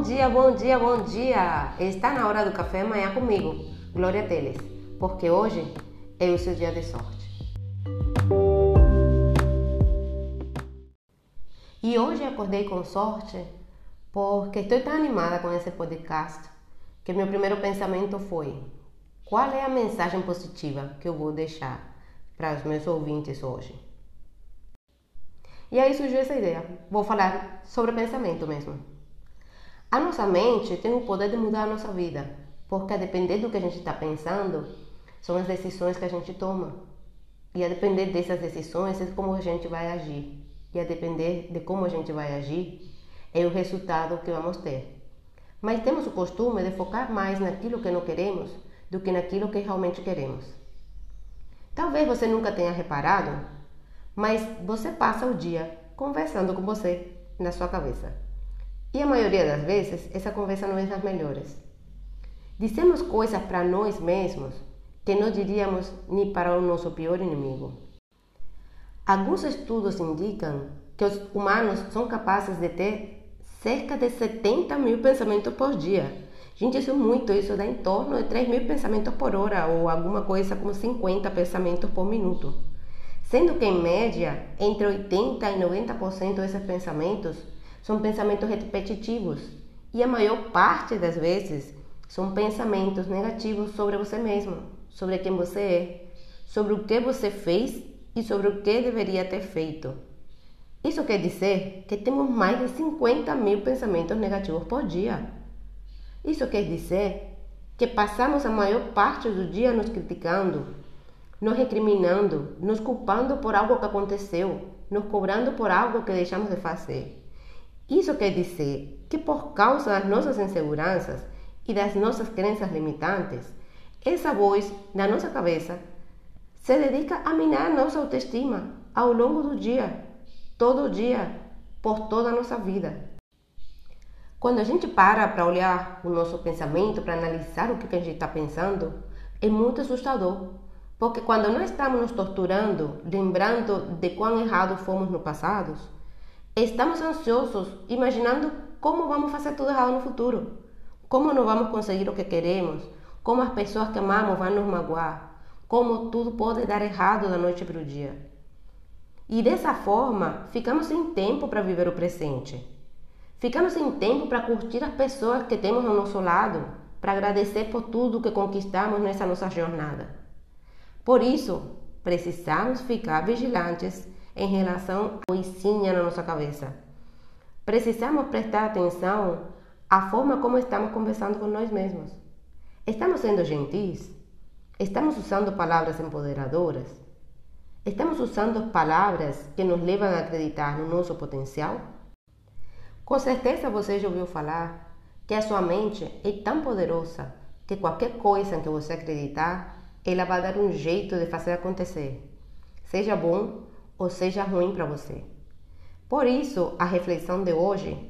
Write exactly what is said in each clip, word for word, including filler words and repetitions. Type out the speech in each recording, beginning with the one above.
Bom dia, bom dia, bom dia! Está na hora do café amanhã comigo, Glória Teles, porque hoje é o seu dia de sorte. E hoje acordei com sorte porque estou tão animada com esse podcast que meu primeiro pensamento foi: qual é a mensagem positiva que eu vou deixar para os meus ouvintes hoje? E aí surgiu essa ideia, vou falar sobre pensamento mesmo. A nossa mente tem o poder de mudar a nossa vida, porque a depender do que a gente está pensando, são as decisões que a gente toma. E a depender dessas decisões é como a gente vai agir. E a depender de como a gente vai agir, é o resultado que vamos ter. Mas temos o costume de focar mais naquilo que não queremos do que naquilo que realmente queremos. Talvez você nunca tenha reparado, mas você passa o dia conversando com você na sua cabeça. E a maioria das vezes, essa conversa não é das melhores. Dizemos coisas para nós mesmos que não diríamos nem para o nosso pior inimigo. Alguns estudos indicam que os humanos são capazes de ter cerca de setenta mil pensamentos por dia. Gente, isso é muito, isso dá em torno de três mil pensamentos por hora ou alguma coisa como cinquenta pensamentos por minuto. Sendo que, em média, entre oitenta e noventa por cento desses pensamentos são pensamentos repetitivos e a maior parte das vezes são pensamentos negativos sobre você mesmo, sobre quem você é, sobre o que você fez e sobre o que deveria ter feito. Isso quer dizer que temos mais de cinquenta mil pensamentos negativos por dia. Isso quer dizer que passamos a maior parte do dia nos criticando, nos recriminando, nos culpando por algo que aconteceu, nos cobrando por algo que deixamos de fazer. Isso quer dizer que por causa das nossas inseguranças e das nossas crenças limitantes, essa voz na nossa cabeça se dedica a minar nossa autoestima ao longo do dia, todo dia, por toda a nossa vida. Quando a gente para para olhar o nosso pensamento, para analisar o que a gente está pensando, é muito assustador, porque quando nós estamos nos torturando, lembrando de quão errados fomos no passado, estamos ansiosos, imaginando como vamos fazer tudo errado no futuro, como não vamos conseguir o que queremos, como as pessoas que amamos vão nos magoar, como tudo pode dar errado da noite para o dia. E dessa forma, ficamos sem tempo para viver o presente. Ficamos sem tempo para curtir as pessoas que temos ao nosso lado, para agradecer por tudo que conquistamos nessa nossa jornada. Por isso, precisamos ficar vigilantes em relação à vozinha na nossa cabeça. Precisamos prestar atenção à forma como estamos conversando com nós mesmos. Estamos sendo gentis? Estamos usando palavras empoderadoras? Estamos usando palavras que nos levam a acreditar no nosso potencial? Com certeza você já ouviu falar que a sua mente é tão poderosa que qualquer coisa em que você acreditar, ela vai dar um jeito de fazer acontecer, seja bom ou seja ruim para você. Por isso, a reflexão de hoje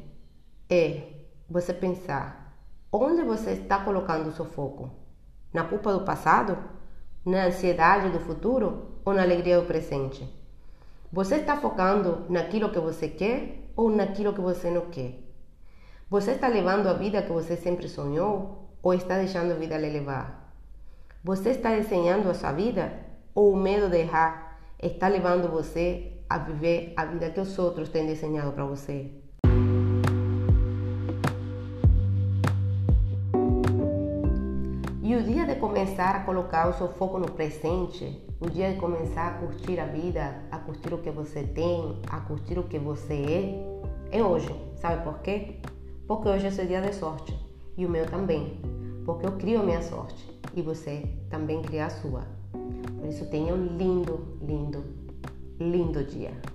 é você pensar onde você está colocando o seu foco. Na culpa do passado? Na ansiedade do futuro? Ou na alegria do presente? Você está focando naquilo que você quer ou naquilo que você não quer? Você está levando a vida que você sempre sonhou ou está deixando a vida lhe levar? Você está desenhando a sua vida ou o medo de errar está levando você a viver a vida que os outros têm desenhado para você? E o dia de começar a colocar o seu foco no presente, o dia de começar a curtir a vida, a curtir o que você tem, a curtir o que você é, é hoje. Sabe por quê? Porque hoje é seu dia de sorte. E o meu também. Porque eu crio a minha sorte. E você também cria a sua. Por isso tenha um lindo, lindo, lindo dia.